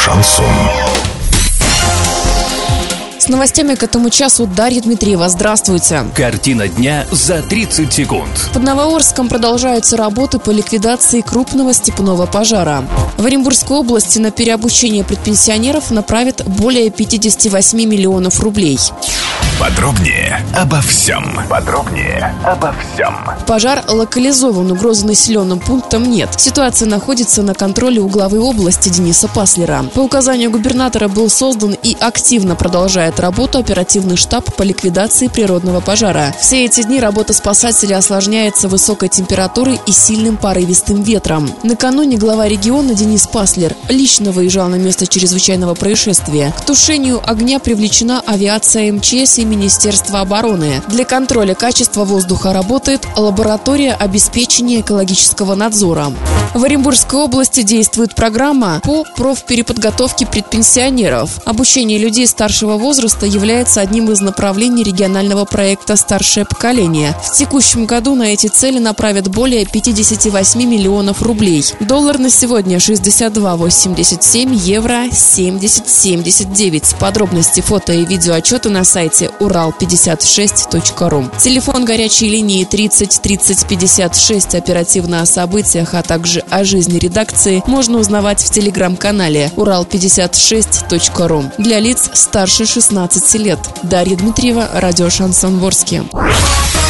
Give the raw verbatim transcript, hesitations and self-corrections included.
Шансон. С новостями к этому часу Дарья Дмитриева. Здравствуйте. Картина дня за тридцать секунд. Под Новоорском продолжаются работы по ликвидации крупного степного пожара. В Оренбургской области на переобучение предпенсионеров направят более пятьдесят восемь миллионов рублей. Подробнее обо всем. Подробнее обо всем. Пожар локализован, угрозы населенным пунктам нет. Ситуация находится на контроле у главы области Дениса Паслера. По указанию губернатора был создан и активно продолжает работу оперативный штаб по ликвидации природного пожара. Все эти дни работа спасателей осложняется высокой температурой и сильным порывистым ветром. Накануне глава региона Денис Паслер лично выезжал на место чрезвычайного происшествия. К тушению огня привлечена авиация эм че эс и Министерства обороны. Для контроля качества воздуха работает лаборатория обеспечения экологического надзора. В Оренбургской области действует программа по профпереподготовке предпенсионеров. Обучение людей старшего возраста является одним из направлений регионального проекта «Старшее поколение». В текущем году на эти цели направят более пятьдесят восемь миллионов рублей. Доллар на сегодня шестьдесят два восемьдесят семь, евро семьдесят семьдесят девять. Подробности, фото и видеоотчеты на сайте урал пятьдесят шесть точка ру. Телефон горячей линии тридцать тридцать пятьдесят шесть. Оперативно о событиях, а также о жизни редакции можно узнавать в телеграм-канале урал пятьдесят шесть точка ру для лиц старше шестнадцати лет. Дарья Дмитриева, радио Шансон Ворске.